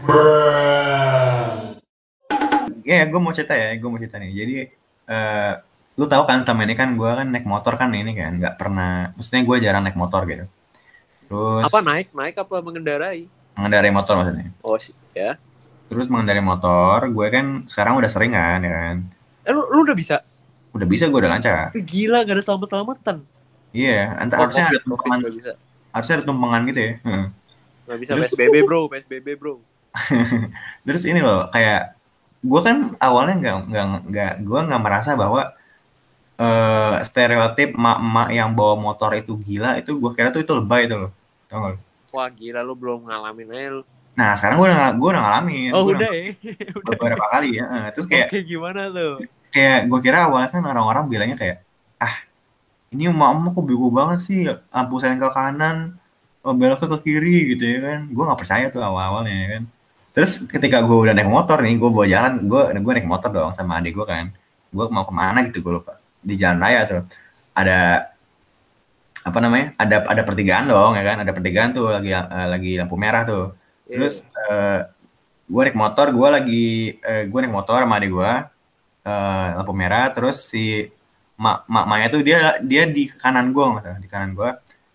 Gue mau cerita nih. Jadi, eh lu tahu kan temen ini kan gue kan naik motor kan ini kan nggak pernah, maksudnya gue jarang naik motor gitu. Terus Apa naik apa mengendarai? mengendarai motor maksudnya. Oh ya. Terus mengendarai motor, gue kan sekarang udah sering kan, ya kan. Lu udah bisa? Udah bisa, gue udah lancar. Gila, gak ada selamat-selamatan. Iya, Oh, harusnya ada covid tumpengan, gak bisa. gitu ya. Heeh. Gak bisa Terus PSBB bro. terus ini loh kayak gue kan awalnya nggak gue nggak merasa bahwa stereotip emak-emak yang bawa motor itu gila, itu gue kira tuh itu lebay itu loh, tau gak lu? Wah gila, lu belum ngalamin aja lu. Nah sekarang gue udah ngalamin, Oh gue udah udah ya. Udah ya. beberapa kali ya. Terus kayak Oke, gimana tuh? kayak gue kira awalnya kan orang-orang bilangnya kayak, ah ini emak-emak kok bego banget sih, lampu sen ke kanan, beloknya ke kiri gitu ya kan. Gue nggak percaya tuh awal-awalnya ya kan. Terus ketika gue udah naik motor nih, gue bawa jalan, gue naik motor dong sama adik gue kan. Gue mau kemana gitu gue lupa. Di jalan raya tuh ada apa namanya? Ada pertigaan dong ya kan. Ada pertigaan tuh lagi lampu merah tuh. Terus Iya. gue naik motor, gue naik motor sama adik gue, lampu merah. Terus si Maya tuh dia di kanan gue, nggak salah di kanan gue.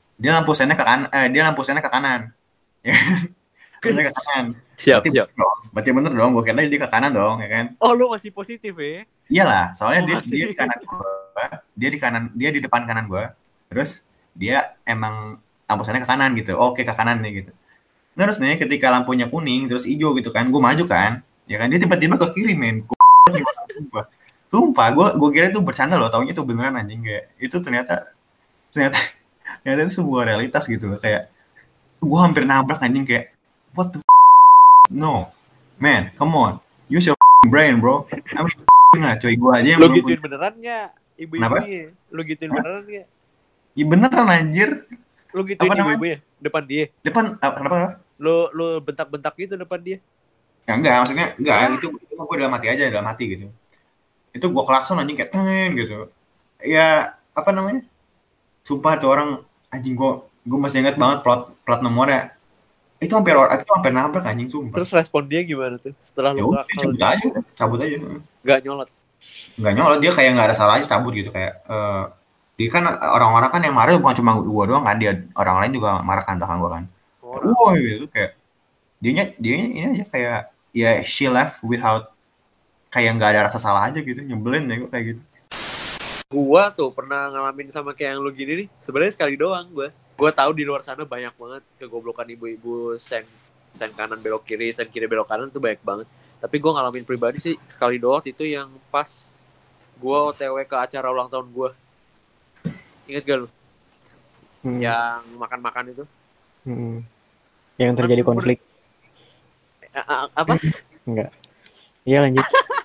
Dia lampu sennya ke kanan. Ya kan? Harusnya ke kanan. Siap, Berarti siap. bener dong. Berarti bener dong. Gue kira dia ke kanan dong, ya kan? Oh, lu masih positif ya? Iyalah, soalnya Oh, dia di masih. kanan gue, dia di depan kanan gue. Terus dia emang lampu sana ke kanan gitu. Oke, ke kanan nih gitu. Terus nih ketika lampunya kuning terus hijau gitu kan, gue maju kan. Ya kan dia tiba-tiba ke kiri, men. Sumpah. Sumpah, gue kira itu bercanda loh, taunya itu beneran anjing kayak. Itu ternyata ternyata ternyata itu sebuah realitas gitu loh. Kayak gue hampir nabrak anjing kayak what the no. Man, come on. Use your brain, bro. Nah, coy gue aja yang Lu belum punya. gituin beneran nggak Kenapa? ibu-ibunya? Lu gituin Hah? beneran nggak? Ya beneran anjir. Lu Apa gituin namanya? ibu-ibunya depan dia? Kenapa? Lu bentak-bentak gitu depan dia? Ya enggak, maksudnya enggak, Wah, itu gue dalam hati aja, dalam hati gitu. Itu gue klakson anjing kayak tengen gitu. Ya, apa namanya? Sumpah tuh orang anjing, gue masih ingat banget plat nomornya. Itu hampir nabrak anjing sumpah. terus respon dia gimana tuh setelah Ya lu udah dia klakson? cabut aja. Gak nyolot. Enggak nyolot, dia kayak enggak ada salah aja cabut gitu kayak dia kan orang-orang kan yang marah bukan cuma gue doang kan, dia orang lain juga marah kan belakang gue kan. Kayak, Orang. wah gitu kayak dia ini aja kayak ya she left without, kayak nggak ada rasa salah aja gitu, nyebelin ya gue kayak gitu. Gua tuh pernah ngalamin sama kayak yang lu gini nih. Sebenarnya sekali doang gua. Gua tahu di luar sana banyak banget kegoblokan ibu-ibu sen kanan belok kiri, sen kiri belok kanan tuh banyak banget. Tapi gua ngalamin pribadi sih sekali doang itu yang pas gua OTW ke acara ulang tahun gua. Ingat gak lu? Yang makan-makan itu. Yang terjadi konflik. Apa? Enggak. Iya lanjut.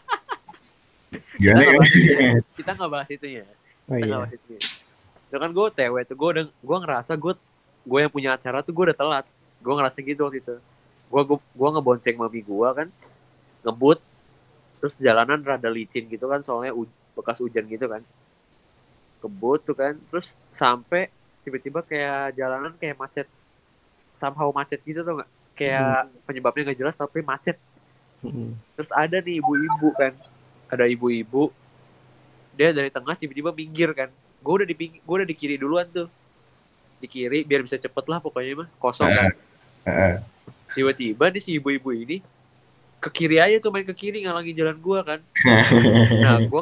Kita nggak bahas itu ya. Oh Kita nggak iya. bahas itu. Itu kan gue OTW tuh gue ngerasa gue yang punya acara tuh gue udah telat. Gue ngerasa gitu waktu itu. Gue ngebonceng mami gue kan, ngebut, terus jalanan rada licin gitu kan, soalnya bekas hujan gitu kan. Kebut tuh kan, terus sampai tiba-tiba kayak jalanan kayak macet, somehow macet gitu tuh nggak? Kayak penyebabnya nggak jelas tapi macet. Terus ada nih ibu-ibu kan, ada ibu-ibu, dia dari tengah tiba-tiba minggir kan. Gue udah di kiri duluan tuh, di kiri biar bisa cepet lah pokoknya mah, kosong kan. Tiba-tiba nih si ibu-ibu ini ke kiri aja tuh, main ke kiri ngalangin jalan gue kan. Nah gue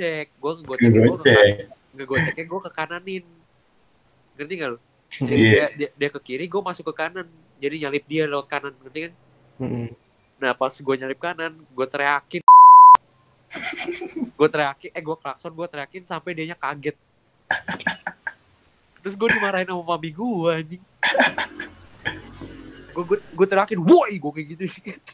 ngegoceknya gue ke kananin, ngerti gak lu? Jadi dia ke kiri, gue masuk ke kanan, jadi nyalip dia lewat kanan, ngerti kan? Nah pas gue nyalip kanan, gue klakson, gue teriakin sampai dianya kaget. Terus gue dimarahin sama mami gue anjing. Gue teriakin, woi, gue kayak gitu.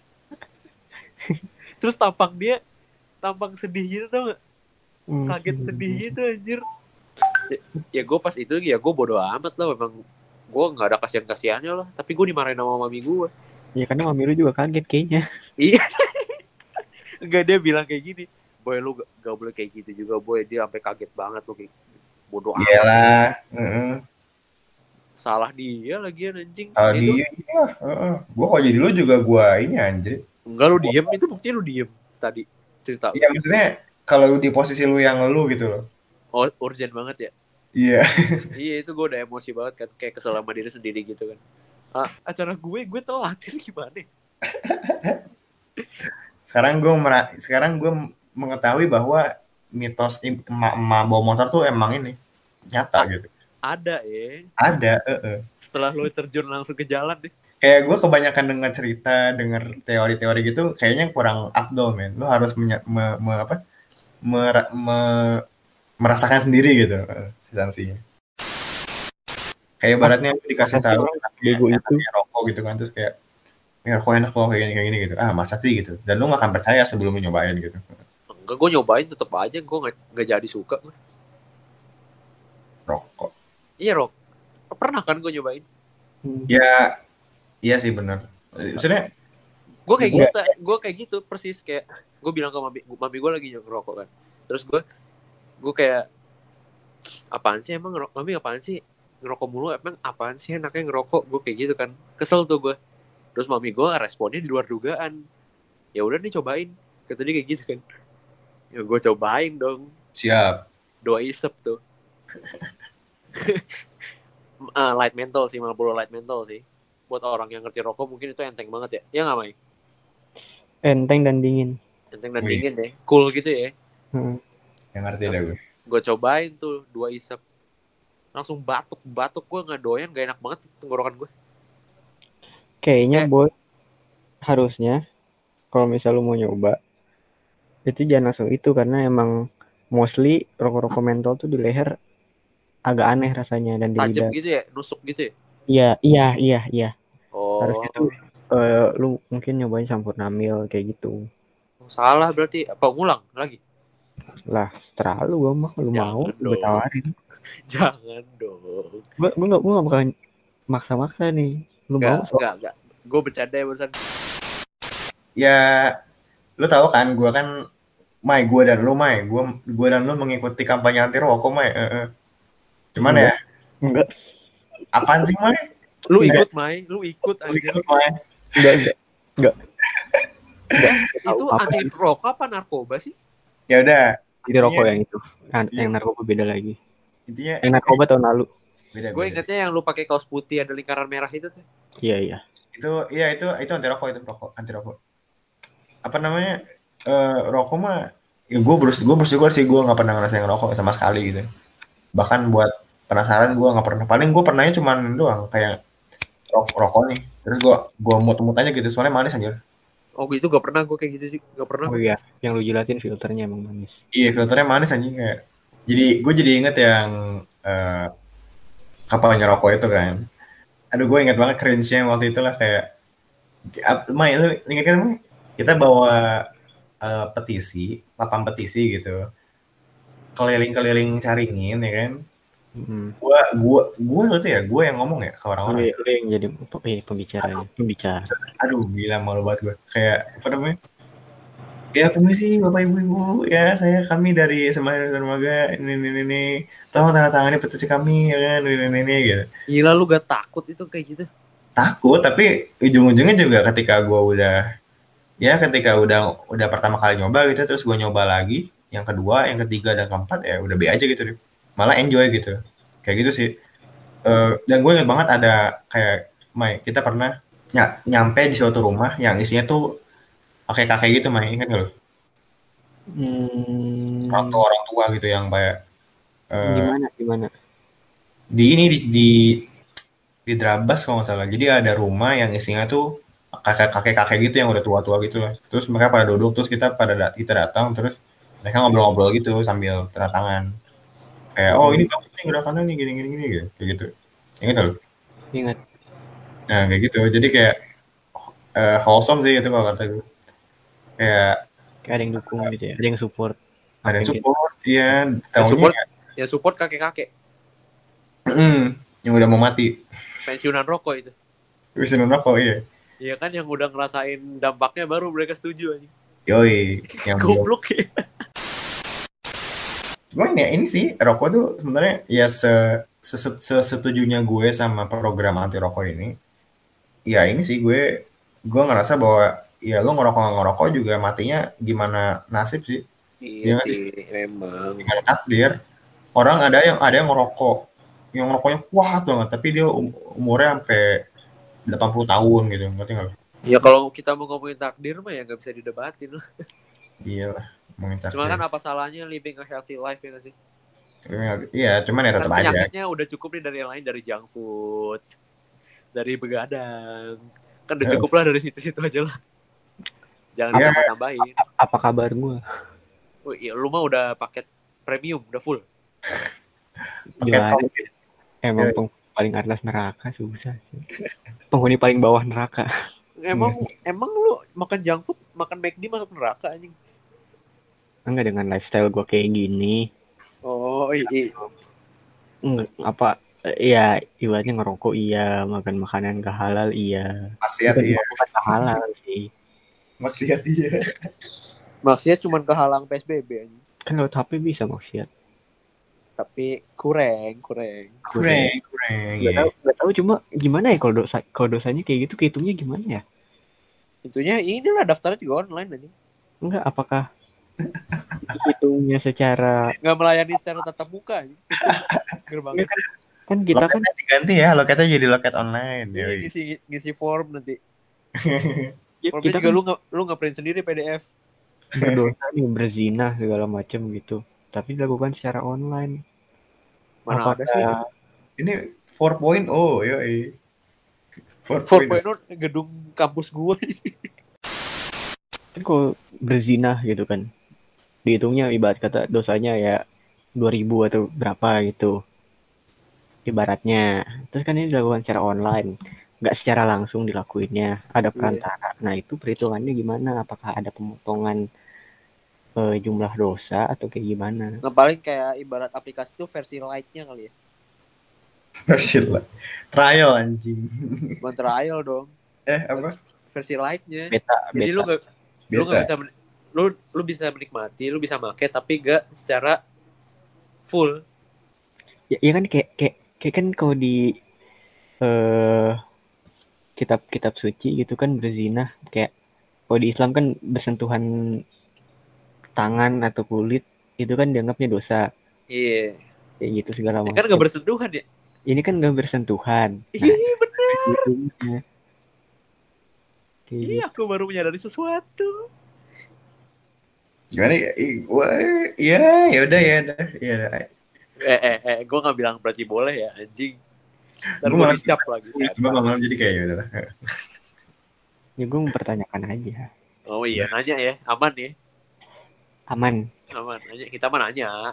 Terus tampang sedih gitu tau gak? Kaget sedih gitu anjir. Ya gue pas itu ya gue bodo amat lah, memang gue nggak ada kasihan-kasihannya lah. Tapi gue dimarahin sama mami gue. Ya karena mami lu juga kaget kayaknya. Iya. Enggak, dia bilang kayak gini, boy lu gak boleh kayak gitu juga boy, dia sampai kaget banget lu kayak bodo amat. Iyalah. Salah dia lagi anjing. Kalau Itu dia, iya, gue kalau jadi lu juga gue ini anjir. enggak lu diem, itu buktinya lu diem tadi cerita lu. Iya maksudnya kalau di posisi lu yang lu gitu loh. Oh, urgent banget ya. Iya. Iya, itu gue udah emosi banget kan, kayak kesel sama diri sendiri gitu kan. Acara gue telat ini gimana? Sekarang gue mengetahui bahwa mitos emak-emak bawa motor tuh emang ini nyata gitu. Ada ya. Ada. Setelah lu terjun langsung ke jalan deh. Kayak gue kebanyakan dengar cerita, dengar teori-teori gitu, kayaknya kurang afdol men. Lu harus merasakan sendiri gitu sanksinya. Kayak baratnya lu dikasih tahu bego itu. rokok gitu kan, terus kayak rokok enak loh kayak gini gitu. Ah masa sih gitu. Dan lu gak akan percaya sebelum lu nyobain gitu. Enggak, gue nyobain tetep aja gue nggak jadi suka. Rokok. Iya Rok, pernah kan gue nyobain? Ya, iya sih benar. Maksudnya Gue kayak gitu persis, kayak gue bilang ke mami gue lagi ngerokok kan. Terus gue kayak apaan sih emang mami, apaan sih ngerokok mulu, emang apaan sih enaknya ngerokok, gue kayak gitu kan, kesel tuh gue. Terus mami gue responnya di luar dugaan, ya udah nih cobain, kata dia kayak gitu kan. Ya gue cobain dong, siap. 2 isep tuh. Light menthol sih, Marlboro light menthol sih. Buat orang yang ngerti rokok mungkin itu enteng banget ya. Ya nggak, Mai? Enteng dan dingin. Enteng dan dingin deh, cool gitu ya. Yang ngerti dah gue. Gue cobain tuh 2 isep, langsung batuk gue, nggak doyan, gak enak banget tenggorokan gue. Kayaknya boy, harusnya kalau misal lu mau nyoba itu jangan langsung itu, karena emang mostly rokok-rokok mentol tuh di leher agak aneh rasanya dan di Tajam lidah. gitu ya, nusuk gitu Iya. ya. Harusnya tuh lu mungkin nyobain Sampurnamil kayak gitu. Salah berarti, apa ngulang lagi? Lah, terlalu gua mah, lu mau gue tawarin. Jangan dong. Gue nggak bakal maksa-maksa nih. Lu mau? Enggak. Gue bercanda ya barusan. Ya, lu tahu kan, gue kan, gue dan lu mengikuti kampanye anti rokok, Mai. Cuman enggak. Apaan sih, Mai? Lu ikut, Mai. Lu ikut aja. Enggak. Itu anti rokok apa narkoba sih? Ya udah. Itu rokok yang itu. Yang narkoba beda lagi. Intinya yang narkoba tahun lalu. Gue ingetnya yang lu pakai kaos putih ada lingkaran merah itu tuh. Iya. Itu anti rokok, anti rokok. Apa namanya? Rokok mah ya gue bersyukur sih gue nggak pernah ngerasain rokok sama sekali gitu. Bahkan buat penasaran gue nggak pernah. Paling gue pernahnya cuman doang kayak rokok nih. Terus gue mut aja gitu, soalnya manis aja. Oh gitu, gak pernah gue kayak gitu sih, gak pernah. Oh iya, yang lu jelatin filternya emang manis. Iya, filternya manis anjing kayak. Gue jadi inget yang kampanye rokok itu kan. Aduh, gue inget banget cringe-nya waktu itu lah, kayak Mai, lu inget kan Mai? Kita bawa petisi, papan petisi gitu. Keliling-keliling caringin ya kan. Gue yang ngomong ya ke orang-orang. Lu yang jadi pembicara. Aduh, gila malu banget gue. Kayak apa namanya? Ya permisi Bapak Ibu, ya kami dari Semangat Dermaga ini. Tolong tanda tangani petisi kami ya kan ini gitu. Gila, lu gak takut itu kayak gitu? Takut, tapi ujung-ujungnya juga ketika udah pertama kali nyoba gitu, terus gue nyoba lagi, yang kedua, yang ketiga dan keempat ya udah be aja gitu deh. Malah enjoy gitu. Kayak gitu sih. Dan gue inget banget ada kayak kita pernah nyampe di suatu rumah yang isinya tuh kakek gitu, ingat gak lo? Orang tua gitu yang kayak gimana? Di Drabas kalau nggak salah. Jadi ada rumah yang isinya tuh kakek gitu yang udah tua gitu lah. Terus mereka pada duduk, terus kita datang, terus mereka ngobrol-ngobrol gitu sambil tanda tangan. Kayak ini bagus nih gerakannya nih gini gitu. Kayak gitu. Ingat lo? Ingat. Nah kayak gitu. Jadi kayak wholesome sih itu kalau kata gue. Kayak ada yang dukung gitu ya, ada yang support. Ada yang support, iya. Yang support kakek-kakek. Yang udah mau mati. Pensiunan rokok itu. Pensiunan rokok, iya. Iya kan, yang udah ngerasain dampaknya baru mereka setuju aja. Yoi. Goblok ya. Cuman ya ini sih, rokok tuh sebenarnya ya sesetujunya gue sama program anti rokok ini, ya ini sih gue ngerasa bahwa ya lo ngerokok juga matinya gimana nasib sih. Iya Ya nggak sih? sih, emang. Gimana takdir. Orang ada yang ngerokok, yang ngerokoknya kuat banget, tapi dia umurnya sampai 80 tahun gitu, ngerti nggak lo? Ya kalau kita mau ngomongin takdir mah ya nggak bisa didebatin lah. Iya lah, ngomongin Cuma kan takdir. apa salahnya living a healthy life ya nggak sih? Iya, cuman ya Kan tetap aja. penyakitnya udah cukup nih dari yang lain, dari junk food, dari begadang. Kan udah cukup lah dari situ-situ aja lah. Jangan Iya. ditambah-tambahin. Apa kabar gua? Oh, iya, lu mah udah paket premium, udah full. Pakai Gimana? top. Emang Iya. penghuni paling atas neraka susah sih. Penghuni paling bawah neraka. Emang lu makan junk food, makan McD masuk neraka anjing. Enggak, dengan lifestyle gua kayak gini. Oh, iya. Enggak, apa ya ibaratnya ngerokok iya, makan makanan gak halal iya. Maksiat iya. Bukan gak halal sih. Maksiat iya. Maksudnya cuma kehalang PSBB anjing. Kan lewat HP bisa maksiat. Tapi kurang. Kurang. Gak tahu cuma gimana ya kalau dosanya kayak gitu kehitungnya gimana ya? Intinya inilah daftarnya juga online anjing. Enggak, apakah hitungnya secara Nggak melayani secara tatap muka anjing. Gerbang. kan kita kan Loketnya diganti ya, loketnya jadi loket online. Iya, Yoi. ngisi form nanti. Formnya kita juga kan lu nggak print sendiri PDF. berdosa nih, berzina segala macam gitu. Tapi dilakukan secara online. Mana ada sih? Ini 4.0, yoi. 4.0 gedung kampus gua. Kan kalau berzina gitu kan, dihitungnya ibarat kata dosanya ya 2000 atau berapa gitu. Ibaratnya. Terus kan ini dilakukan secara online. Nggak secara langsung dilakuinnya. Ada perantara. Nah itu perhitungannya gimana? Apakah ada pemotongan jumlah dosa atau kayak gimana? Nah, paling kayak ibarat aplikasi itu versi light-nya kali ya. Versi lah. Trial anjing. Bukan trial dong. Apa? Versi light-nya. Beta. Jadi lu nggak bisa lu bisa menikmati, lu bisa make tapi gak secara full. Ya kan kayak kan kalau di kitab-kitab suci gitu kan berzina kayak kalau di Islam kan bersentuhan tangan atau kulit itu kan dianggapnya dosa. Iya. Kayak gitu segala macam. Kan gak bersentuhan ya? Ini kan gak bersentuhan. Iya benar. Iya, aku baru menyadari sesuatu. Gimana ya? Ya udah. Gue gak bilang berarti boleh ya, anjing. Ntar Gue gue malah dicap lagi. Gue malam jadi kayak ya udah. Ya gue mempertanyakan aja. Oh iya, nanya ya, aman ya. Aman. Nanya, kita mah nanya.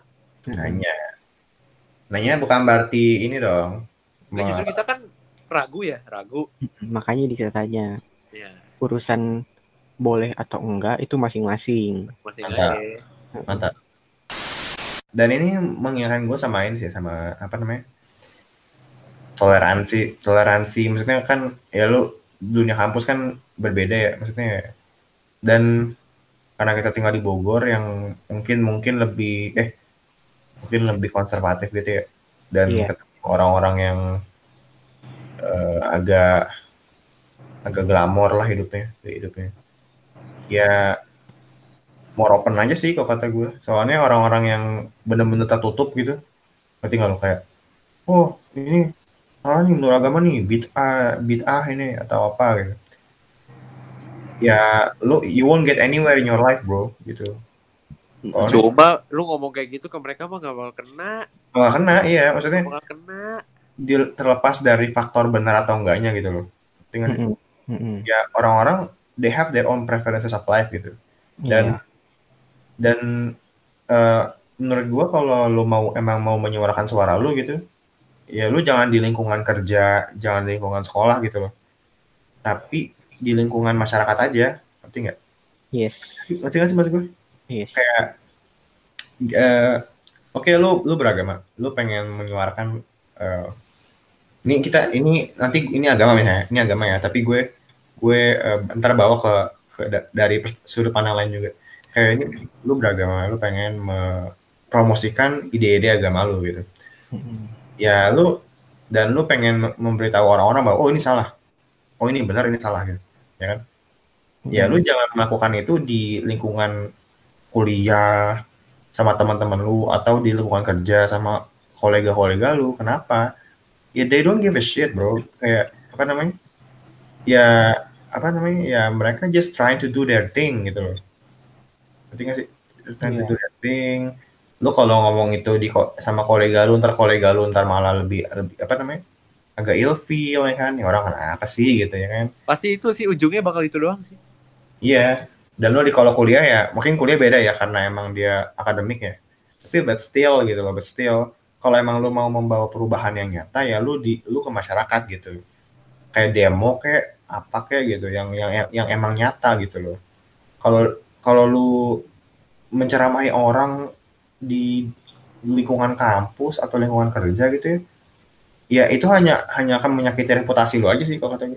Nanya bukan berarti ini dong. Nah, justru kita kan ragu. Makanya dikatanya. Ya. Urusan boleh atau enggak itu masing-masing. Mantap. Dan ini mengingatkan gue sama ini sih, sama apa namanya, toleransi maksudnya kan ya lu dunia kampus kan berbeda ya maksudnya, dan karena kita tinggal di Bogor yang mungkin lebih konservatif gitu ya, dan ketemu orang-orang yang agak glamor lah hidupnya ya, more open aja sih kalau kata gue. Soalnya orang-orang yang bener-bener tertutup gitu, ngerti nggak lo, kayak ini nih menurut agama nih bid'ah ini atau apa gitu, ya you won't get anywhere in your life bro gitu. Coba lu ngomong kayak gitu ke mereka mah gak bakal kena. Iya maksudnya gak bakal kena. Terlepas dari faktor benar atau enggaknya gitu loh. Ya orang-orang they have their own preferences of life gitu. Dan menurut gue kalau lu emang mau menyuarakan suara lu gitu, ya lu jangan di lingkungan kerja, jangan di lingkungan sekolah gitu loh, tapi di lingkungan masyarakat aja, ngerti nggak? Yes. Ngerti nggak sih maksud gue? Yes. Kayak oke, lu beragama, lu pengen menyuarakan ini agama ya, tapi gue ntar bawa ke dari sudut pandang lain juga. Kayak ini lu beragama, lu pengen mempromosikan ide-ide agama lu gitu. ya lu pengen memberitahu orang-orang bahwa oh ini salah, oh ini benar, ini salah gitu, ya kan? Ya lu jangan melakukan itu di lingkungan kuliah sama teman-teman lu atau di lingkungan kerja sama kolega-kolega lu. Kenapa? Ya they don't give a shit, bro. Kayak apa namanya? Ya apa namanya? Ya mereka just trying to do their thing gitu loh. Ngerti nggak sih? Trying to Iya. do their thing. Lu kalau ngomong itu sama kolega lu ntar malah lebih apa namanya? Agak ilfeel ya kan? Ya orang kenapa sih gitu ya kan? Pasti itu sih ujungnya bakal itu doang sih. Iya. Dan lu di kalau kuliah ya, mungkin kuliah beda ya karena emang dia akademik ya. Tapi but still gitu loh, but still kalau emang lu mau membawa perubahan yang nyata ya lu ke masyarakat gitu. Kayak demo kayak apa kayak gitu yang emang nyata gitu loh. Kalau kalau lu menceramai orang di lingkungan kampus atau lingkungan kerja gitu ya, ya itu hanya akan menyakiti reputasi lu aja sih kalau kata gue.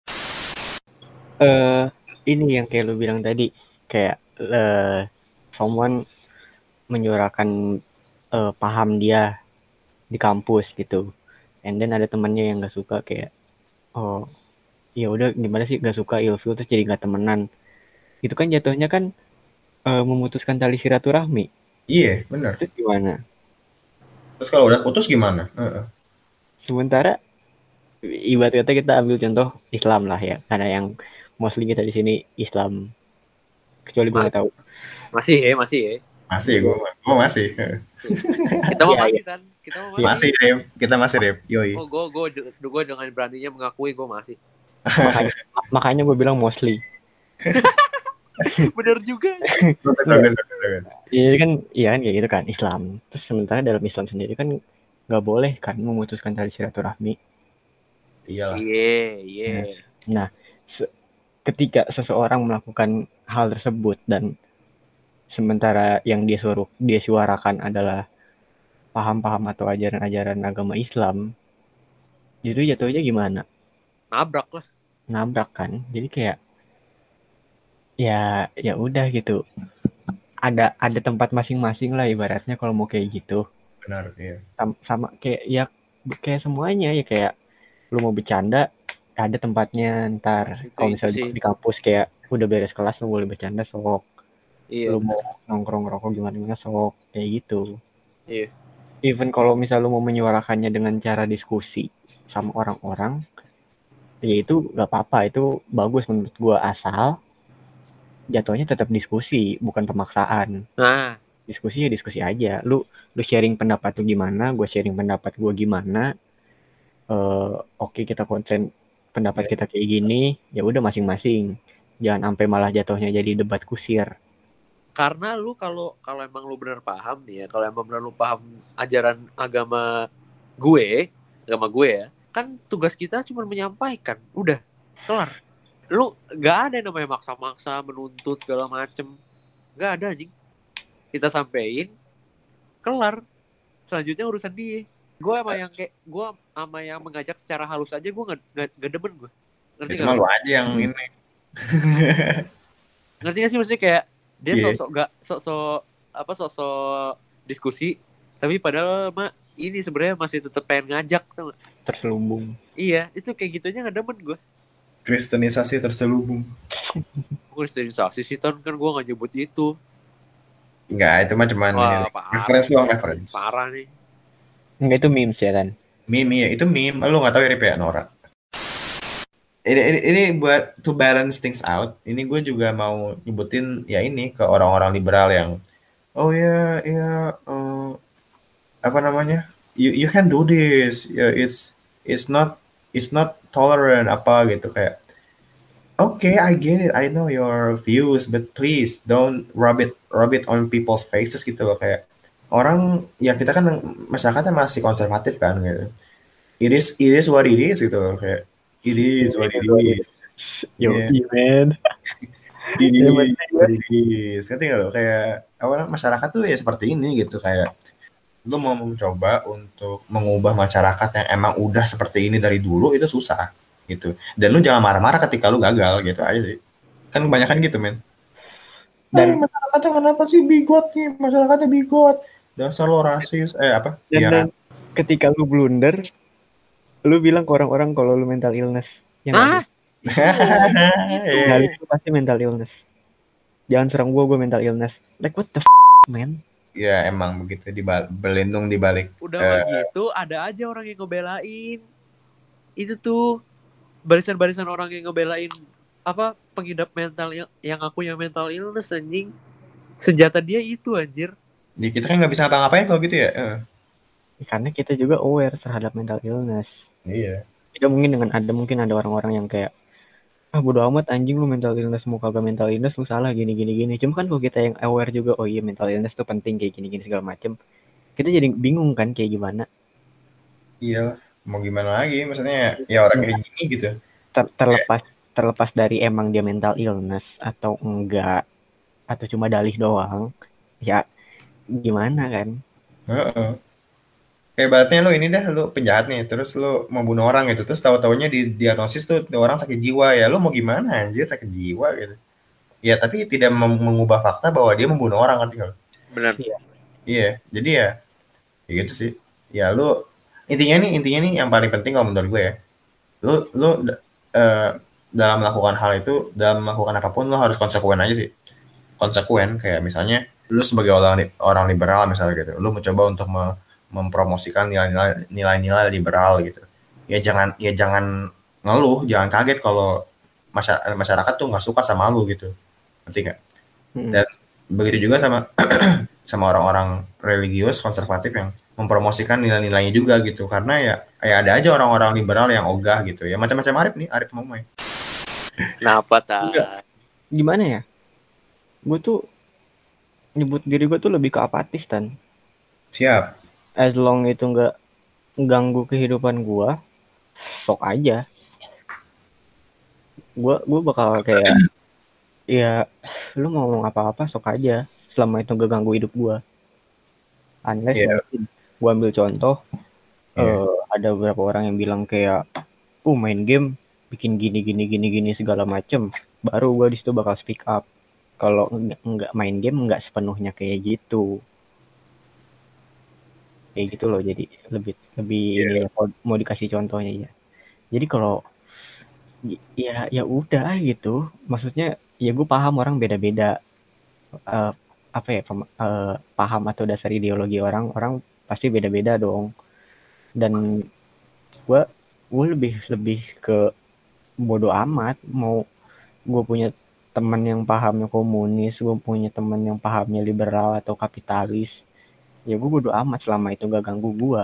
Ini yang kayak lu bilang tadi, kayak someone menyuarakan paham dia di kampus gitu, and then ada temannya yang nggak suka, kayak oh ya udah gimana sih, nggak suka, ilfil, terus jadi nggak temenan. Itu kan jatuhnya kan memutuskan tali silaturahmi. Iya, benar. Itu gimana? Terus kalau udah putus gimana? Sementara ibarat kata kita ambil contoh Islam lah ya, karena yang mostly kita di sini Islam, kecuali gue nggak tahu. Masih ya, masih ya. Masih gue masih. Kita mau Iya, masih iya. kan? Kita mau Iya. masih. Masih Rip, kita masih Rip. Yoi. Oh, gue dengan beraninya mengakui gue masih. makanya gue bilang mostly. Bener juga. Iya kan, iya kan kayak gitu kan Islam. Terus sementara dalam Islam sendiri kan nggak boleh kan memutuskan tali silaturahmi. Iyalah. Iya. Nah, ketika seseorang melakukan hal tersebut dan sementara yang dia suarakan adalah paham-paham atau ajaran-ajaran agama Islam, itu jatuhnya gimana? Nabrak lah. Nabrak kan. Jadi kayak ya udah gitu. Ada tempat masing-masing lah ibaratnya kalau mau kayak gitu. Benar, iya. Sama kayak ya kayak semuanya ya, kayak lu mau bercanda ada tempatnya. Ntar kalau Itu misalnya sih. di kampus kayak udah beres kelas lu boleh bercanda sok, Iya. lu mau nongkrong rokok gimana sok, kayak gitu. Iya. Even kalau misal lu mau menyuarakannya dengan cara diskusi sama orang-orang, ya itu nggak apa-apa, itu bagus menurut gua, asal jatuhnya tetap diskusi bukan pemaksaan. Nah, Diskusi ya diskusi aja, lu sharing pendapat lu gimana, gue sharing pendapat gue gimana. Oke, kita konsen pendapat kita kayak gini, ya udah masing-masing, jangan sampai malah jatuhnya jadi debat kusir. karena lu kalau emang lu bener paham nih ya, kalau emang bener lu paham ajaran agama gue ya, kan tugas kita cuma menyampaikan, udah kelar. Lu gak ada yang namanya maksa-maksa, menuntut segala macem, gak ada anjing. Kita sampein, kelar. Selanjutnya urusan dia. Gue sama yang mengajak secara halus aja gue gak demen gue. Ngerti Itu gak? mah lu aja yang ini. Ngerti gak sih, maksudnya kayak dia Iya. sosok diskusi, tapi padahal mah ini sebenarnya masih tetap pengen ngajak, tau gak? Terselubung. Iya, itu kayak gitunya gak demen gue. Kristenisasi terselubung. Kristenisasi sih, kan gue gak nyebut itu. Enggak, itu mah cuman Wah, ini. Reference doang, reference. Parah nih. Enggak, itu memes ya kan. Meme ya, itu meme. Lu nggak tahu ya Rip ya, Nora. Ini buat to balance things out. Ini gue juga mau nyebutin ya ini ke orang-orang liberal yang oh ya apa namanya? You can do this. Ya it's not tolerant apa gitu kayak. Okay, I get it. I know your views, but please don't rub it on people's faces gitu loh, kayak orang ya kita kan masyarakatnya masih konservatif kan gitu. It is what it is gitu loh, kayak it is what it is. Yo, Yeah. man. It is what it is. Ngerti nggak lo? Kayak apa, masyarakat tuh ya seperti ini gitu, kayak lu mau mencoba untuk mengubah masyarakat yang emang udah seperti ini dari dulu itu susah gitu. Dan lu jangan marah-marah ketika lu gagal gitu aja sih. Kan kebanyakan gitu, men. Dan masyarakatnya kenapa sih bigot nih? Masyarakatnya bigot. Dasar lo rasis. Apa? Dan ketika lu blunder, lu bilang ke orang-orang kalau lu mental illness. Ya Ah, nggak sih? itu. Balik lu pasti mental illness. Jangan serang gue mental illness. Like what the man? Ya emang begitu berlindung di balik. Udah mah gitu, ada aja orang yang ngebelain. Itu tuh barisan-barisan orang yang ngebelain apa pengidap mental yang aku yang mental illness anjing. Senjata dia itu anjir. Jadi kita kan nggak bisa ngapa-ngapain kalau gitu ya. Karena kita juga aware terhadap mental illness. Iya. Tidak mungkin ada orang-orang yang kayak bodo amat anjing lu mental illness mau kagak mental illness lu salah gini. Cuma kan kalau kita yang aware juga oh iya mental illness tuh penting kayak gini segala macem. Kita jadi bingung kan kayak gimana. Iya. Mau gimana lagi? Maksudnya ya orang kayak gini gitu. Terlepas dari emang dia mental illness atau enggak atau cuma dalih doang ya gimana kan. Heeh. Kayak ibaratnya lu ini dah, lu penjahat nih, terus lu mau bunuh orang gitu, terus tahu-taunya di diagnosis tuh orang sakit jiwa, ya lu mau gimana anjir sakit jiwa gitu. Ya tapi tidak mengubah fakta bahwa dia membunuh orang kan tinggal. Benar. Iya, jadi ya gitu sih. Ya lu intinya nih yang paling penting kalau menurut gue ya, lu eh, dalam melakukan hal itu, dalam melakukan apapun lu harus konsekuen aja sih. Konsekuen kayak misalnya lu sebagai orang liberal misalnya gitu, lu mencoba untuk mempromosikan nilai-nilai liberal gitu. Ya jangan ngeluh, jangan kaget kalau masyarakat tuh nggak suka sama lu gitu. Ngerti nggak? Dan begitu juga sama sama orang-orang religius konservatif yang mempromosikan nilai-nilainya juga gitu. Karena ya ada aja orang-orang liberal yang ogah gitu ya. Macam-macam Arif mau main. Kenapa tak? Gimana ya? Gue tuh nyebut diri gue tuh lebih ke apatis kan. Siap. As long itu nggak ganggu kehidupan gue, sok aja. Gue bakal kayak ya lu mau ngomong apa-apa sok aja selama itu gak ganggu hidup gue. Unless mungkin gue ambil contoh ada beberapa orang yang bilang kayak main game bikin gini segala macem, baru gue di situ bakal speak up. Kalau nggak main game nggak sepenuhnya kayak gitu loh. Jadi lebih ini mau dikasih contohnya ya. Jadi kalau ya udah gitu, maksudnya ya gue paham orang beda-beda paham atau dasar ideologi orang pasti beda-beda dong. Dan gue lebih ke bodo amat mau gue punya teman yang pahamnya komunis, gue punya teman yang pahamnya liberal atau kapitalis, ya gue bodo amat selama itu gak ganggu gue,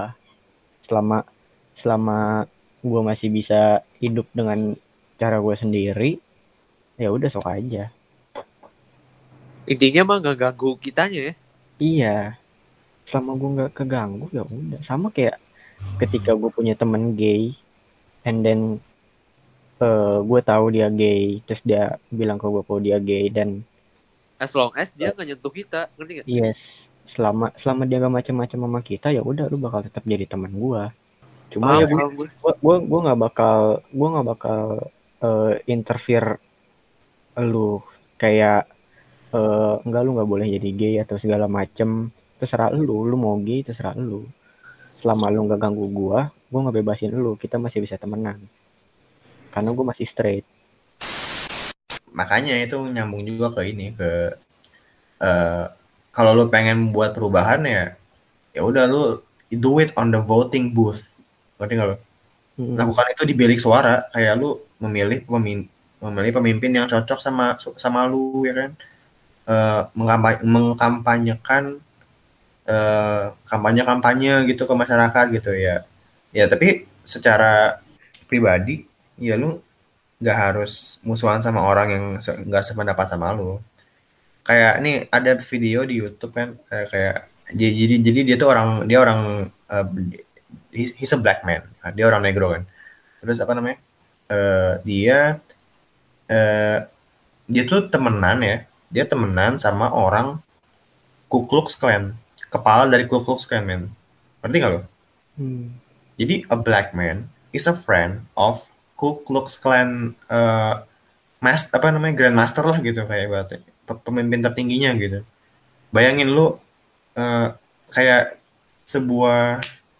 selama gue masih bisa hidup dengan cara gue sendiri, ya udah sok aja. Intinya mah gak ganggu kitanya ya. Iya, selama gue gak keganggu ya udah. Sama kayak ketika gue punya temen gay and then gue tahu dia gay, terus dia bilang ke gue kalau dia gay, dan As long as dia gak nyentuh kita, ngerti gak? yes, selama dia gak macam-macam sama kita, ya udah lu bakal tetap jadi teman gue. Cuma ya gue nggak bakal interfere lu kayak enggak, lu nggak boleh jadi gay atau segala macem. Terserah lu mau gay terserah lu. Selama lu nggak ganggu gue nggak bebasin lu, kita masih bisa temenan. Karena gue masih straight. Makanya itu nyambung juga ke ini kalau lu pengen buat perubahan ya udah lu do it on the voting booth. Ngerti nggak lu? Lakukan itu di bilik suara, kayak lu memilih pemimpin yang cocok sama lu ya kan. Mengkampanyekan kampanye gitu ke masyarakat gitu ya. Ya tapi secara pribadi ya lu nggak harus musuhan sama orang yang nggak sependapat sama lu. Kayak nih ada video di YouTube kan kayak jadi dia tuh orang he's a black man, dia orang negro kan. Terus apa namanya dia tuh dia temenan sama orang Ku Klux Klan, kepala dari Ku Klux Klan, men. Ngerti nggak lo? Jadi a black man is a friend of Ku Klux Klan Grandmaster lah gitu kayak berarti pemimpin tertingginya gitu. Bayangin lu kayak sebuah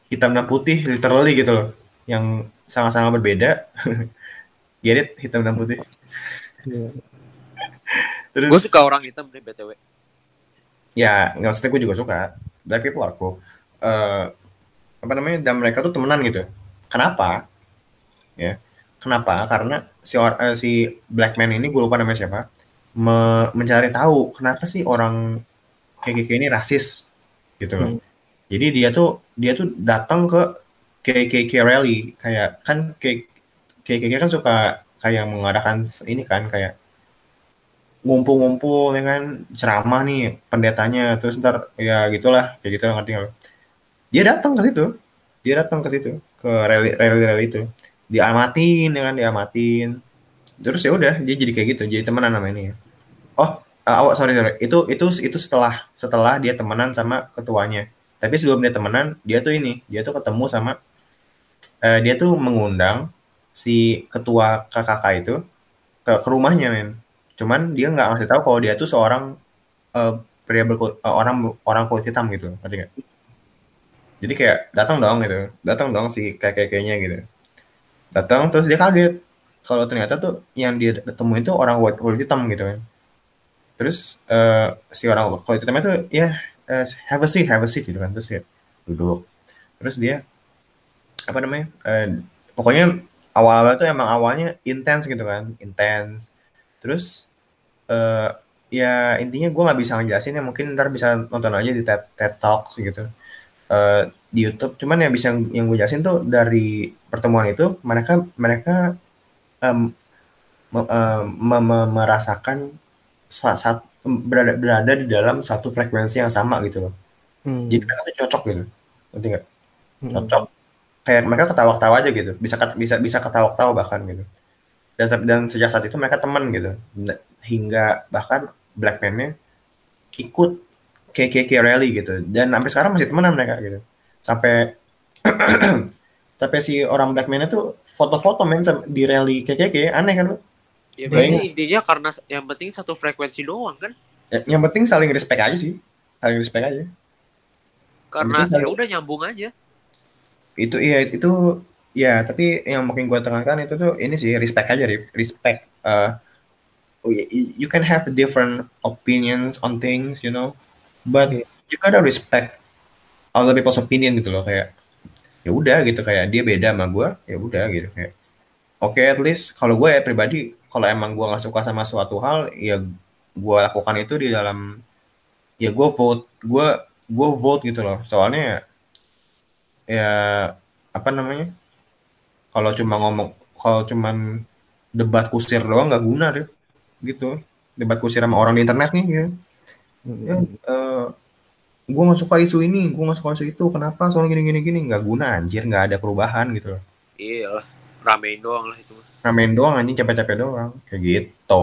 hitam dan putih literally gitu loh, yang sangat-sangat berbeda. Get it? Hitam dan putih. Iya. Gue Terus suka orang hitam deh BTW. ya nggak, maksudnya gue juga suka black people are cool. Apa namanya, dan mereka tuh temenan gitu. Kenapa ya? Kenapa? Karena si black man ini, gue lupa namanya siapa, mencari tahu kenapa sih orang KKK ini rasis gitu loh. Hmm. Jadi dia tuh datang ke KKK rally, kayak kan KKK kan suka kayak mengadakan ini kan, kayak ngumpul-ngumpul ya kan, ceramah nih pendetanya, terus ntar ya gitulah, kayak gitu, ngerti nggak lo? Dia datang ke situ, dia datang ke situ, ke rally itu, diamatin ya kan, diamatin, terus ya udah dia jadi kayak gitu, jadi temenan sama ini. Oh, sorry, itu setelah setelah dia temenan sama ketuanya. Tapi sebelum dia temenan, dia tuh ketemu sama, dia tuh mengundang si ketua KKK itu ke rumahnya, men. Cuman dia nggak ngasih tahu kalau dia tuh seorang, orang orang kulit hitam gitu, ngerti nggak? Jadi kayak datang dong si kakek-kakeknya gitu. Datang terus dia kaget kalau ternyata tuh yang dia ketemu itu orang kulit hitam gitu kan. Terus si orang kulit hitamnya tuh ya, have a seat gitu kan, terus ya duduk. Terus dia apa namanya, pokoknya awal-awal tuh emang awalnya intens gitu kan, intens. Terus eh ya intinya gue nggak bisa ngejelasin ya, mungkin ntar bisa nonton aja di TED Talk gitu, di YouTube. Cuman yang bisa yang gue jelasin tuh dari pertemuan itu, mereka mereka em, merasakan berada di dalam satu frekuensi yang sama gitu loh. Jadi Hmm. mereka tuh cocok gitu, ngerti nggak? Hmm. Cocok. Kayak mereka ketawa-ketawa aja gitu, bisa ketawa-ketawa bahkan gitu. Dan sejak saat itu mereka teman gitu. Hingga bahkan Black Man-nya ikut KKK rally gitu. Dan sampai sekarang masih temenan mereka gitu. Sampai sampai si orang Black Man-nya tuh foto-foto men di rally KKK, aneh kan lu? Ya berarti Bayangin. intinya karena yang penting satu frekuensi doang kan. Yang penting saling respect aja sih. Saling respect aja. Yang Karena penting ya saling, udah nyambung aja. itu iya itu ya, tapi yang mungkin gue tekankan itu tuh ini sih, respect aja, respect. You can have different opinions on things, but Iya. you gotta respect other people's opinion gitu loh, kayak ya udah gitu, kayak dia beda sama gue, ya udah gitu, kayak oke, at least kalau gue ya pribadi, kalau emang gue nggak suka sama suatu hal, ya gue lakukan itu di dalam, ya gue vote gitu loh, soalnya ya apa namanya, kalau cuma ngomong, kalau cuman debat kusir doang nggak guna deh gitu, debat kusir sama orang di internet nih ya, ya Hmm. gue nggak suka isu ini, gue nggak suka isu itu, kenapa, soalnya gini, nggak guna anjir, nggak ada perubahan gitu loh, Iya lah, ramein doang lah itu mah. ramen doang anjing, capek-capek doang kayak gitu.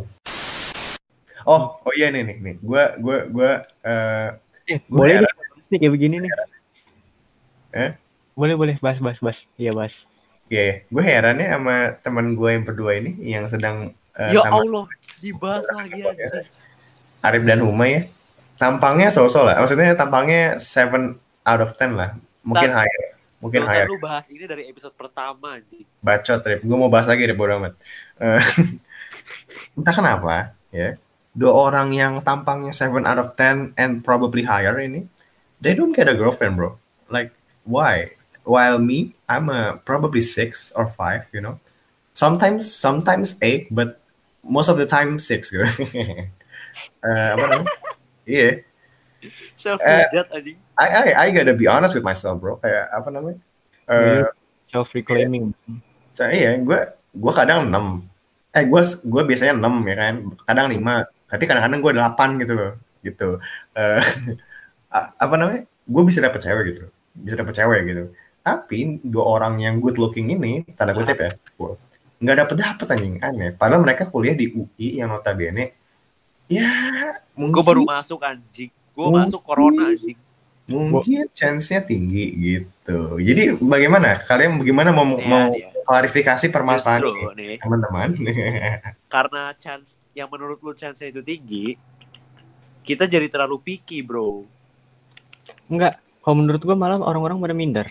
Oh iya, nih gue gue Boleh nih, heran, kayak begini nih. eh Boleh bahas. Iya, bahas. ya gue heran ya sama teman gue yang berdua ini, yang sedang Ya sama Allah, dibahas lagi anjing. Arif dan Huma ya, tampangnya so-so lah, maksudnya tampangnya 7 out of 10 lah, mungkin Ntar, higher, mungkin Sultan higher. lu bahas ini dari episode pertama anjing. Bacot, Rip, gue mau bahas lagi, Rip, bodo amat. Eh, entah kenapa ya, dua orang yang tampangnya 7 out of 10 and probably higher ini, they don't get a girlfriend, bro. Like, why? While me, I'm a probably 6 or 5, sometimes 8, but most of the time 6 gitu. Apa namanya? Iya. Self Eh, hujat anjing. I gotta be honest with myself, bro. Kayak apa namanya? Jadi Eh, self iya. reclaiming. Iya, gue kadang 6. Gue biasanya 6 ya kan. Kadang 5. Tapi kadang-kadang gue 8 gitu loh. Gitu. Eh, apa namanya? Gue bisa dapet cewek gitu. Bisa dapet cewek gitu. Tapi dua orang yang good looking ini, tanda kutip ya, nggak dapet anjing, aneh. Padahal mereka kuliah di UI yang notabene, ya Gue baru mungkin masuk anjing. Gue masuk corona mungkin anjing. mungkin chance-nya tinggi gitu. Jadi bagaimana mau Ya nih ya. klarifikasi permasalahan Justru ini, nih, teman-teman? karena chance yang menurut lu chance itu tinggi, kita jadi terlalu picky, bro. Enggak, Kalau menurut gua malah orang-orang pada minder.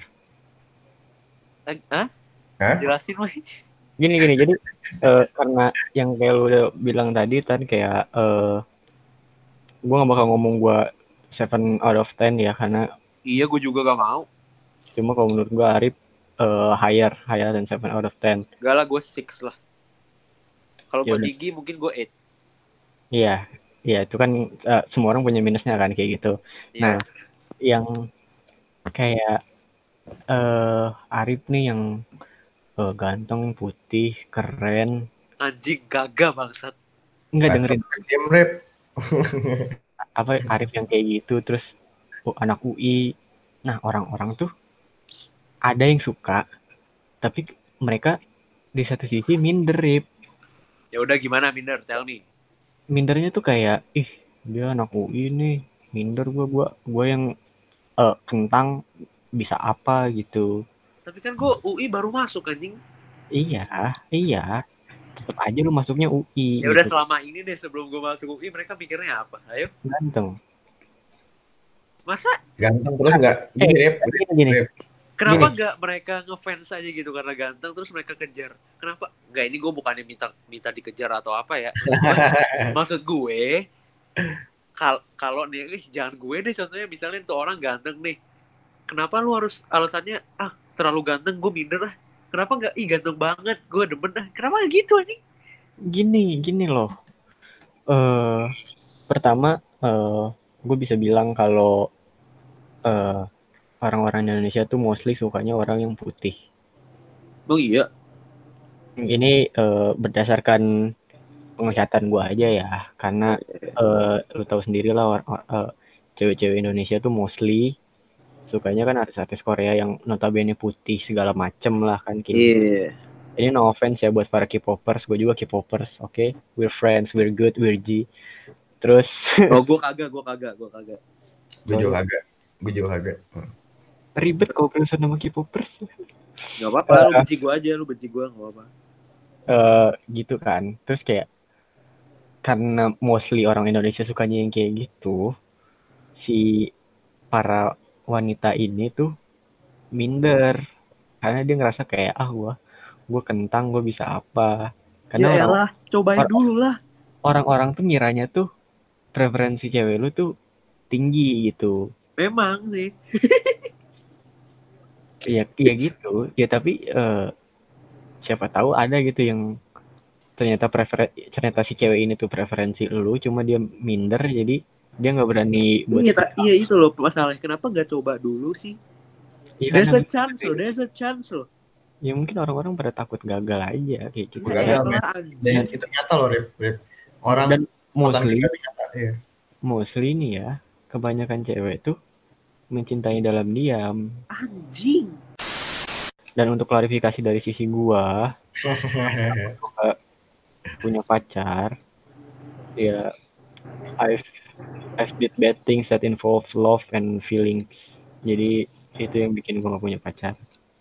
Hah? Jelasin weh. Gini jadi karena yang kayak lu udah bilang tadi kayak gua nggak bakal ngomong gua 7 out of 10 ya, karena Iya, gue juga gak mau. cuma kalau menurut gua Arif higher than 7 out of 10. Gak lah, gue 6 lah. Kalau gue Yaudah. tinggi mungkin gue 8. Iya, itu kan semua orang punya minusnya kan kayak gitu. Nah, Iya. yang kayak Arif nih yang ganteng, putih, keren. Anjing gagah bangsat. Enggak dengerin Game rap. apa Arif yang kayak gitu, terus anak UI. Nah, orang-orang tuh ada yang suka, tapi mereka di satu sisi minder, Rip. Ya udah gimana minder, tell me. Mindernya tuh kayak, ih, dia anak UI nih, minder gua yang kentang bisa apa gitu. Tapi kan gue UI baru masuk anjing. Iya. Tetap aja lu masuknya UI. Ya udah gitu. selama ini deh sebelum gue masuk UI mereka mikirnya apa? Ayo. Ganteng. Masa Ganteng terus nggak? Gini, Rap. Gini. Rap. kenapa nggak mereka ngefans aja gitu karena ganteng terus mereka kejar? Kenapa? Nggak, ini gue bukannya minta dikejar atau apa ya. Maksud gue kalau nih jangan gue deh, contohnya misalnya tuh orang ganteng nih. Kenapa lu harus alasannya terlalu ganteng gue minder ah. Kenapa nggak ganteng banget gue demen ah. Kenapa nggak gitu anjing? Gini loh. Pertama gue bisa bilang kalau orang-orang Indonesia tuh mostly sukanya orang yang putih. Oh iya. Ini berdasarkan penglihatan gue aja ya, karena lu tahu sendiri lah cewek-cewek Indonesia tuh mostly sukanya kan artis-artis Korea yang notabene putih segala macem lah kan kayak. Iya. Ini no offense ya buat para K-popers, gue juga K-popers, oke? We're friends, we're good, we're G. Terus gue kagak. Gue juga kagak. ribet kalau perusahaan nama K-popers. Gak apa-apa, lu benci gue aja, lu benci gue gak apa-apa. Gitu kan. Terus kayak karena mostly orang Indonesia sukanya yang kayak gitu, si para wanita ini tuh minder karena dia ngerasa kayak gue kentang, gue bisa apa. Karena ya elah, cobain dulu lah. Orang-orang tuh ngiranya tuh preferensi cewek lu tuh tinggi gitu. Memang sih. Ya gitu. Ya tapi siapa tahu ada gitu yang ternyata si cewek ini tuh preferensi lu, cuma dia minder jadi dia nggak berani buat. Iya itu loh masalahnya. Kenapa nggak coba dulu sih? Ya, there's a chance loh. Ya mungkin orang-orang pada takut gagal aja kayak gitu. Gagal, dan itu nyata loh, Rip. Orang dan iya. mostly nih ya, kebanyakan cewek tuh mencintai dalam diam. Anjing. Dan untuk klarifikasi dari sisi gua, punya pacar, ya I've did bad things that involve love and feelings. Jadi itu yang bikin gua gak punya pacar.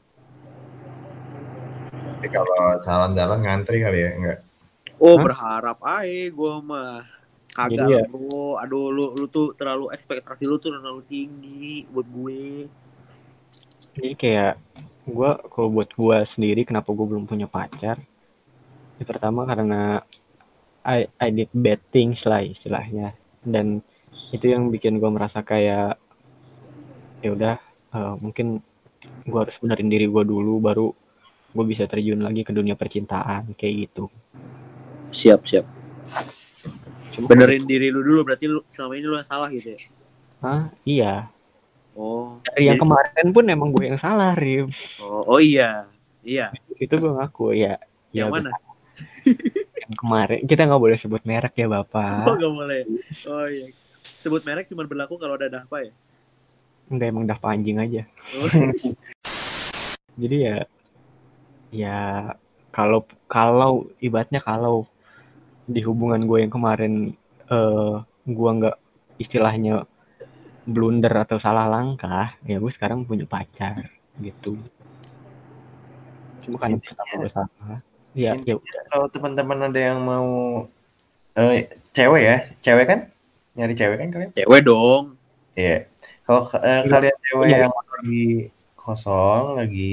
Jadi kalau jalan-jalan ngantri kali ya, enggak? Oh, berharap aja gue mah. Kagak Jadi lah bro. Aduh lu tuh terlalu ekspektasi lu tuh terlalu tinggi buat gue. Jadi kayak kalau buat gue sendiri kenapa gue belum punya pacar? Ya, pertama karena I did bad things lah istilahnya, dan itu yang bikin gue merasa kayak ya udah mungkin gue harus benerin diri gue dulu baru gue bisa terjun lagi ke dunia percintaan kayak gitu. Siap. Benerin diri lu dulu, berarti lu selama ini lu yang salah gitu ya? Iya. Oh. Dari yang kemarin pun emang gue yang salah, Rif. Oh iya. Itu gue ngaku ya. Yang mana? Yang kemarin kita nggak boleh sebut merek ya Bapak. Oh nggak boleh. Oh iya. Sebut merek cuma berlaku kalau ada Dahpa ya? Enggak, emang Dahpa anjing aja. Oh. Jadi ya kalau ibaratnya kalau di hubungan gue yang kemarin gue nggak istilahnya blunder atau salah langkah, ya gue sekarang punya pacar gitu. Cuma kan pertama gue salah. Ya udah. Kalau teman-teman ada yang mau cewek ya, cewek kan? Nyari cewek kan kalian? Cewek dong. Iya. Kalau kalian cewek Iya. yang lagi kosong,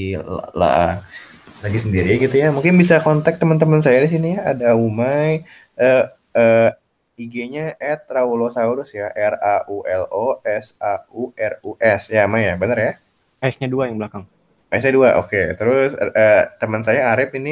lagi sendiri gitu ya, mungkin bisa kontak teman-teman saya di sini ya. Ada Umay, IG-nya @raulosaurus ya, RAULOSAURUS ya, May ya, bener ya? S-nya 2 yang belakang. S-nya 2, oke. Terus teman saya Arif ini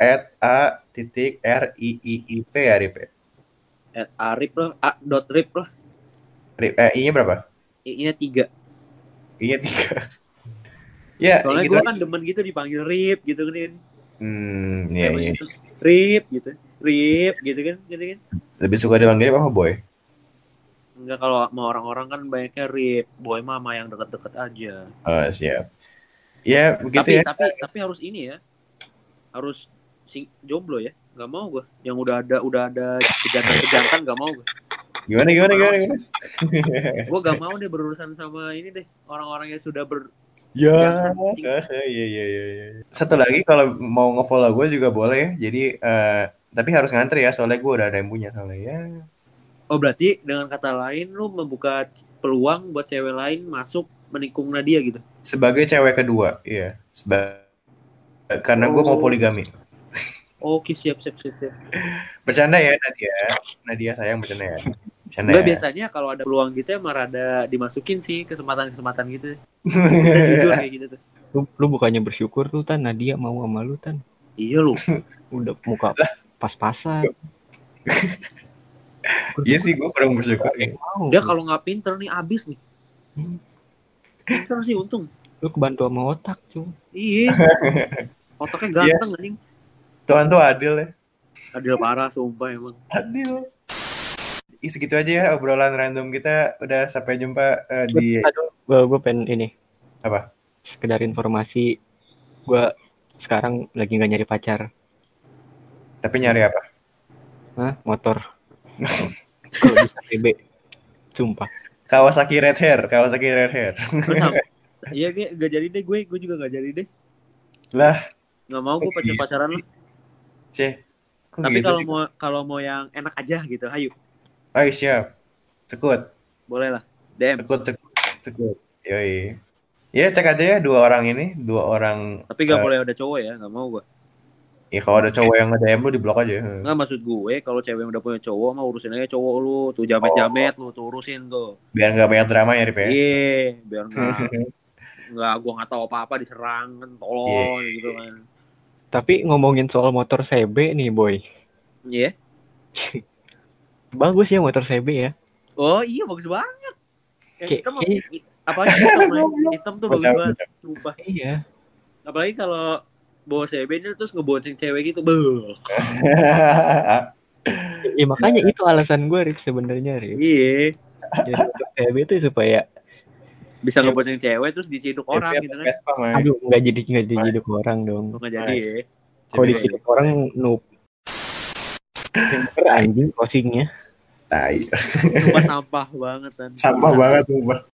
@a.riiip ya, Arif ya. Arif lah, .rip lah. I-nya berapa? I-nya 3. I-nya 3. Ya, Soalnya gitu gue aja. kan demen gitu dipanggil Rip gitu kan. Iya, iya. Rip gitu. Rip gitu kan. Lebih suka dipanggil apa, Boy? Enggak, kalau sama orang-orang kan banyaknya Rip. Boy mah sama yang deket-deket aja. Oh, siap. Ya, begitu ya. Tapi harus ini ya. Harus jomblo ya. Gak mau gue. Yang udah ada pejantan gak mau gue. Gimana? Gue gak mau deh berurusan sama ini deh. Orang-orang yang sudah Ya, kencing. iya. Satu lagi, kalau mau nge-follow gue juga boleh ya. Jadi, tapi harus ngantri ya, soalnya gue udah ada yang punya soalnya ya. Oh, berarti dengan kata lain lu membuka peluang buat cewek lain masuk menikung Nadia gitu. Sebagai cewek kedua, iya. Karena gue mau poligami. Oke, siap. Bercanda ya, Nadia sayang, bercanda ya. Enggak, biasanya kalau ada peluang gitu emang rada dimasukin sih kesempatan gitu. Jujur kayak gitu tuh. Lu bukannya bersyukur tuh Tan, Nadia mau sama lu Tan. Iya lu. Udah muka pas-pasan. Iya sih, gue kurang bersyukur. Mau. Dia kalau nggak pinter nih abis nih. Pinter sih untung. Lu kebantu sama otak cuy. Iya. Otaknya ganteng anjing. Tuhan tuh adil ya. Adil parah sumpah emang. Adil. Segitu aja ya obrolan random kita. Udah, sampai jumpa di... Gue pengen ini. Apa? Sekedar informasi. Gue sekarang lagi gak nyari pacar. Tapi nyari apa? Hah? Motor. Kalau bisa TB. Sumpah. Kawasaki Red Hair. Iya, gak jadi deh gue juga gak jadi deh. Lah. Nggak mau gue pacaran lu. Tapi gitu kalau mau yang enak aja gitu, ayo. Ayo, siap. Cekut. Boleh lah. DM. Cekut. Yoi. Ya, cek aja ya dua orang. Tapi gak boleh ada cowok ya, gak mau gue. Ya, kalau ada cowok yang nge-DM lu, di-block aja. Nggak, maksud gue kalau cewek yang udah punya cowok mah urusin aja cowok lu. Tuh jamet-jamet lu tuh urusin tuh. Biar nggak banyak drama ya, Rip ya. Iya, biar nggak gue nggak tahu apa-apa diserang kan, tolol gitu kan. Tapi ngomongin soal motor CB nih boy. Iya. Bagus ya motor CB ya. Oh iya, bagus banget. Apalagi hitam tuh bagus banget. Lupa. Iya. Apalagi kalau bawa CB terus ngebonceng cewek gitu. Beuh. Ya makanya itu alasan gue Rip sebenarnya Rip. Iya. Jadi motor CB itu supaya bisa ngebonceng cewek terus diciduk orang gitu kan. Aduh, nggak jadi ciduk orang dong. Nggak jadi ya. Kalau diciduk orang noob. Yang anjing closingnya. Tai. Sampah banget kan. Sampah banget.